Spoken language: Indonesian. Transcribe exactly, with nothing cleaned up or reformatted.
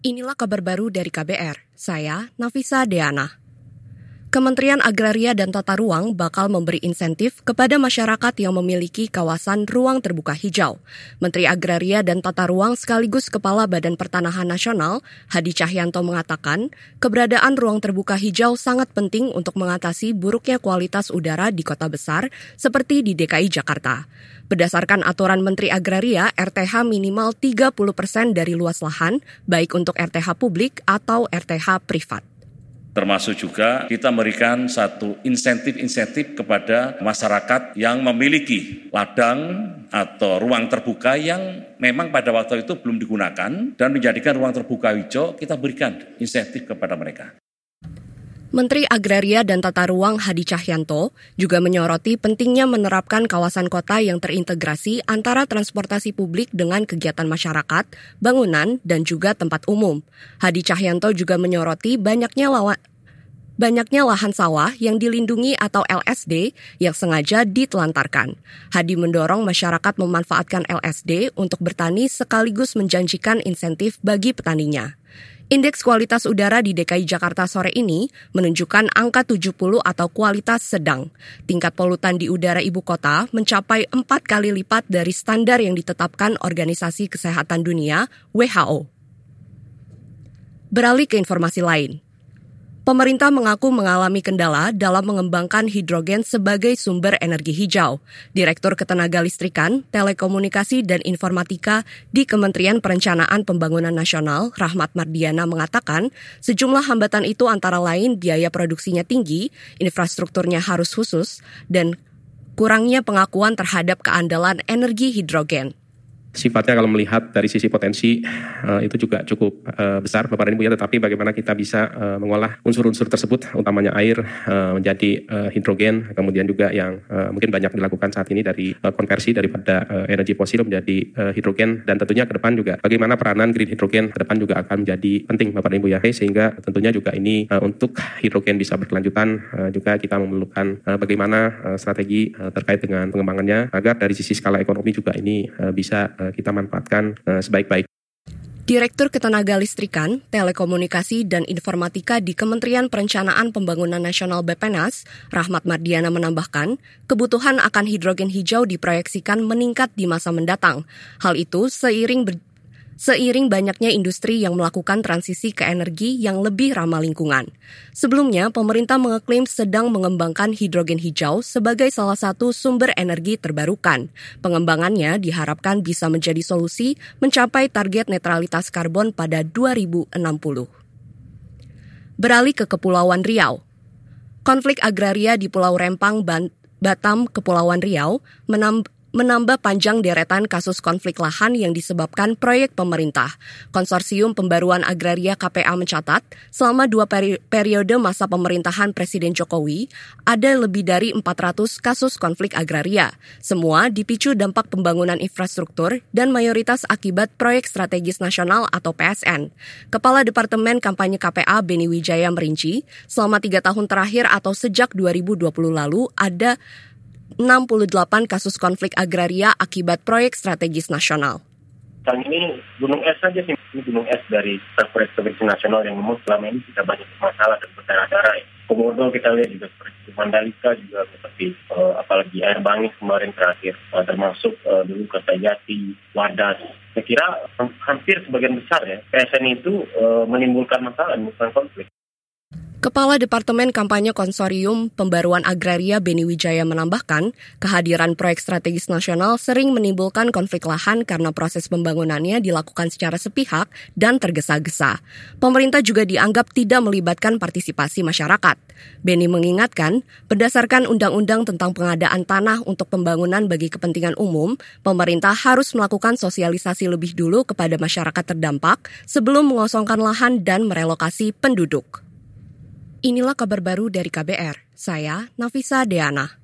Inilah kabar baru dari K B R, saya Nafisa Deana. Kementerian Agraria dan Tata Ruang bakal memberi insentif kepada masyarakat yang memiliki kawasan ruang terbuka hijau. Menteri Agraria dan Tata Ruang sekaligus Kepala Badan Pertanahan Nasional, Hadi Cahyanto mengatakan, keberadaan ruang terbuka hijau sangat penting untuk mengatasi buruknya kualitas udara di kota besar seperti di D K I Jakarta. Berdasarkan aturan Menteri Agraria, R T H minimal tiga puluh persen dari luas lahan, baik untuk R T H publik atau R T H privat. Termasuk juga kita memberikan satu insentif-insentif kepada masyarakat yang memiliki ladang atau ruang terbuka yang memang pada waktu itu belum digunakan dan menjadikan ruang terbuka hijau, kita berikan insentif kepada mereka. Menteri Agraria dan Tata Ruang Hadi Cahyanto juga menyoroti pentingnya menerapkan kawasan kota yang terintegrasi antara transportasi publik dengan kegiatan masyarakat, bangunan, dan juga tempat umum. Hadi Cahyanto juga menyoroti banyaknya lawan Banyaknya lahan sawah yang dilindungi atau L S D yang sengaja ditelantarkan. Hadi mendorong masyarakat memanfaatkan L S D untuk bertani sekaligus menjanjikan insentif bagi petaninya. Indeks kualitas udara di D K I Jakarta sore ini menunjukkan angka tujuh puluh atau kualitas sedang. Tingkat polutan di udara ibu kota mencapai empat kali lipat dari standar yang ditetapkan Organisasi Kesehatan Dunia W H O. Beralih ke informasi lain. Pemerintah mengaku mengalami kendala dalam mengembangkan hidrogen sebagai sumber energi hijau. Direktur Ketenagalistrikan, Telekomunikasi dan Informatika di Kementerian Perencanaan Pembangunan Nasional, Rahmat Mardiana mengatakan, sejumlah hambatan itu antara lain biaya produksinya tinggi, infrastrukturnya harus khusus, dan kurangnya pengakuan terhadap keandalan energi hidrogen. Sifatnya kalau melihat dari sisi potensi uh, itu juga cukup uh, besar Bapak dan Ibu ya, tetapi bagaimana kita bisa uh, mengolah unsur-unsur tersebut, utamanya air uh, menjadi uh, hidrogen, kemudian juga yang uh, mungkin banyak dilakukan saat ini dari uh, konversi daripada uh, energi fosil menjadi uh, hidrogen, dan tentunya ke depan juga bagaimana peranan green hidrogen ke depan juga akan menjadi penting Bapak dan Ibu ya, sehingga tentunya juga ini uh, untuk hidrogen bisa berkelanjutan uh, juga kita memerlukan uh, bagaimana uh, strategi uh, terkait dengan pengembangannya agar dari sisi skala ekonomi juga ini uh, bisa kita manfaatkan uh, sebaik-baik. Direktur Ketenagalistrikan, Telekomunikasi dan Informatika di Kementerian Perencanaan Pembangunan Nasional Bappenas, Rahmat Mardiana menambahkan, kebutuhan akan hidrogen hijau diproyeksikan meningkat di masa mendatang. Hal itu seiring ber- Seiring banyaknya industri yang melakukan transisi ke energi yang lebih ramah lingkungan. Sebelumnya, pemerintah mengeklaim sedang mengembangkan hidrogen hijau sebagai salah satu sumber energi terbarukan. Pengembangannya diharapkan bisa menjadi solusi mencapai target netralitas karbon pada dua ribu enam puluh. Beralih ke Kepulauan Riau. Konflik agraria di Pulau Rempang, Batam, Kepulauan Riau menambah menambah panjang deretan kasus konflik lahan yang disebabkan proyek pemerintah. Konsorsium Pembaruan Agraria K P A mencatat, selama dua peri- periode masa pemerintahan Presiden Jokowi, ada lebih dari empat ratus kasus konflik agraria. Semua dipicu dampak pembangunan infrastruktur dan mayoritas akibat proyek strategis nasional atau P S N. Kepala Departemen Kampanye K P A Beni Wijaya merinci, selama tiga tahun terakhir atau sejak dua ribu dua puluh lalu ada enam puluh delapan kasus konflik agraria akibat proyek strategis nasional. Kali ini gunung es saja sih, ini gunung es dari proyek strategis nasional yang memang selama ini tidak banyak masalah dan berdarah-darah. Ya. Komodo kita lihat juga seperti Mandalika juga seperti uh, apalagi air bangis kemarin terakhir, uh, termasuk uh, dulu Kertajati, Wadas. Saya kira hampir sebagian besar ya P S N itu uh, menimbulkan masalah, bukan konflik. Kepala Departemen Kampanye Konsorium Pembaruan Agraria Beni Wijaya menambahkan, kehadiran proyek strategis nasional sering menimbulkan konflik lahan karena proses pembangunannya dilakukan secara sepihak dan tergesa-gesa. Pemerintah juga dianggap tidak melibatkan partisipasi masyarakat. Beni mengingatkan, berdasarkan Undang-Undang tentang Pengadaan Tanah untuk Pembangunan bagi Kepentingan Umum, pemerintah harus melakukan sosialisasi lebih dulu kepada masyarakat terdampak sebelum mengosongkan lahan dan merelokasi penduduk. Inilah kabar baru dari K B R, saya Nafisa Deana.